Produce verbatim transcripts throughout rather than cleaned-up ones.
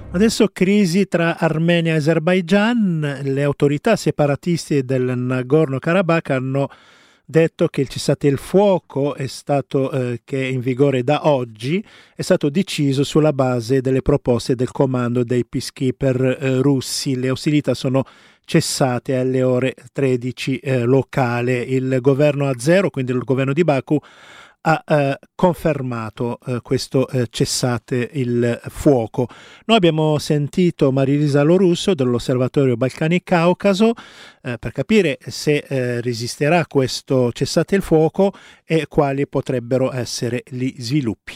Adesso crisi tra Armenia e Azerbaigian. Le autorità separatiste del Nagorno-Karabakh hanno detto che il cessate il fuoco è stato, eh, che è in vigore da oggi, è stato deciso sulla base delle proposte del comando dei peacekeeper eh, russi. Le ostilità sono cessate alle ore tredici eh, locale. Il governo azero, quindi il governo di Baku, ha eh, confermato eh, questo eh, cessate il fuoco. Noi abbiamo sentito Marilisa Lorusso dell'Osservatorio Balcani-Caucaso eh, per capire se eh, resisterà questo cessate il fuoco e quali potrebbero essere gli sviluppi.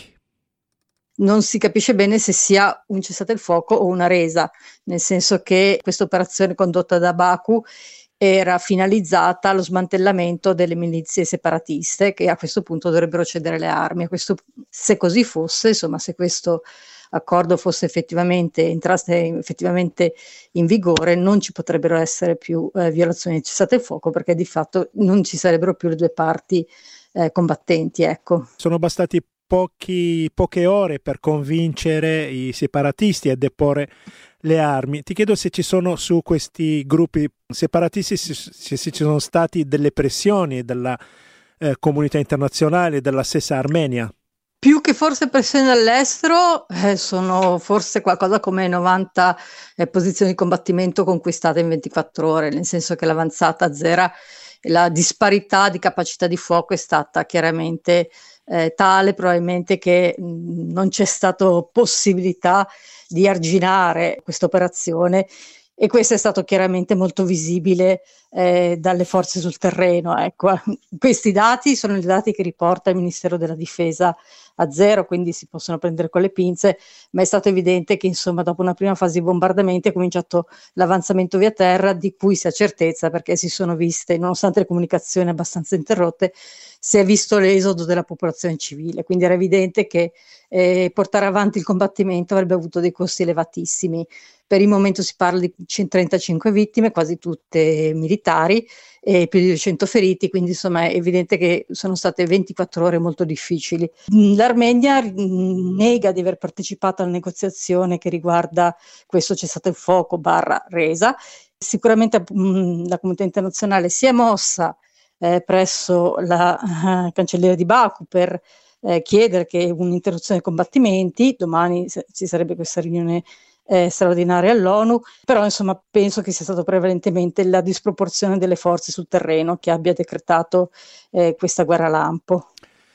Non si capisce bene se sia un cessate il fuoco o una resa, nel senso che questa operazione condotta da Baku era finalizzata allo smantellamento delle milizie separatiste che a questo punto dovrebbero cedere le armi. A questo, se così fosse, insomma, se questo accordo fosse effettivamente entrasse effettivamente in vigore, non ci potrebbero essere più eh, violazioni di cessate il fuoco, perché di fatto non ci sarebbero più le due parti eh, combattenti. Ecco. Sono bastati pochi, poche ore per convincere i separatisti a deporre le armi. Ti chiedo se ci sono su questi gruppi separatisti, se, se ci sono stati delle pressioni della eh, comunità internazionale, della stessa Armenia. Più che forse pressioni dall'estero, eh, sono forse qualcosa come novanta eh, posizioni di combattimento conquistate in ventiquattro ore, nel senso che l'avanzata azera e la disparità di capacità di fuoco è stata chiaramente eh, tale, probabilmente che mh, non c'è stata possibilità di arginare questa operazione, e questo è stato chiaramente molto visibile eh, dalle forze sul terreno. Ecco, questi dati sono i dati che riporta il Ministero della Difesa azero, quindi si possono prendere con le pinze, ma è stato evidente che insomma dopo una prima fase di bombardamenti è cominciato l'avanzamento via terra, di cui si ha certezza perché si sono viste, nonostante le comunicazioni abbastanza interrotte, si è visto l'esodo della popolazione civile, quindi era evidente che eh, portare avanti il combattimento avrebbe avuto dei costi elevatissimi. Per il momento si parla di trentacinque vittime, quasi tutte militari, e più di duecento feriti, quindi insomma è evidente che sono state ventiquattro ore molto difficili. L'Armenia nega di aver partecipato alla negoziazione che riguarda questo cessate il fuoco barra resa. Sicuramente mh, la comunità internazionale si è mossa eh, presso la uh, cancelliera di Baku per eh, chiedere che un'interruzione dei combattimenti, domani se, ci sarebbe questa riunione Eh, straordinaria all'ONU, però insomma penso che sia stato prevalentemente la disproporzione delle forze sul terreno che abbia decretato eh, questa guerra lampo.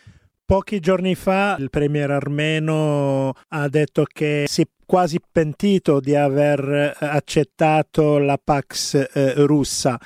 Pochi giorni fa il premier armeno ha detto che si è quasi pentito di aver accettato la Pax eh, russa.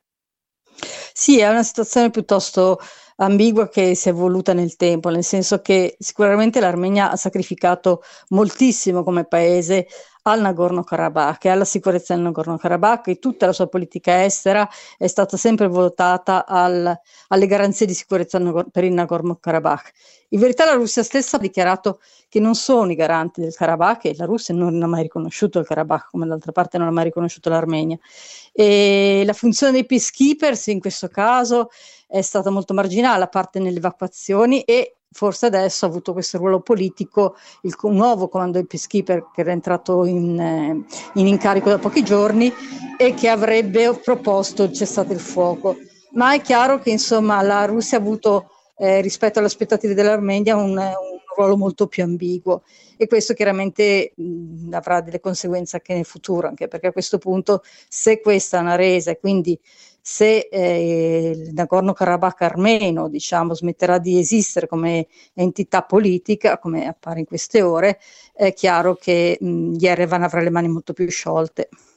Sì, è una situazione piuttosto ambigua che si è evoluta nel tempo, nel senso che sicuramente l'Armenia ha sacrificato moltissimo come paese al Nagorno-Karabakh e alla sicurezza del Nagorno-Karabakh, e tutta la sua politica estera è stata sempre votata al, alle garanzie di sicurezza per il Nagorno-Karabakh. In verità la Russia stessa ha dichiarato che non sono i garanti del Karabakh, e la Russia non ha mai riconosciuto il Karabakh, come d'altra parte non ha mai riconosciuto l'Armenia. E la funzione dei peacekeepers in questo caso è stata molto marginale, a parte nelle evacuazioni, e forse adesso ha avuto questo ruolo politico il un nuovo comando dei peacekeeper che era entrato in, eh, in incarico da pochi giorni e che avrebbe proposto il cessate il fuoco. Ma è chiaro che insomma la Russia ha avuto eh, rispetto alle aspettative dell'Armenia un, un ruolo molto più ambiguo, e questo chiaramente mh, avrà delle conseguenze anche nel futuro, anche perché a questo punto, se questa è una resa e quindi se eh, il Nagorno-Karabakh armeno, diciamo, smetterà di esistere come entità politica, come appare in queste ore, è chiaro che mh, Yerevan avrà le mani molto più sciolte.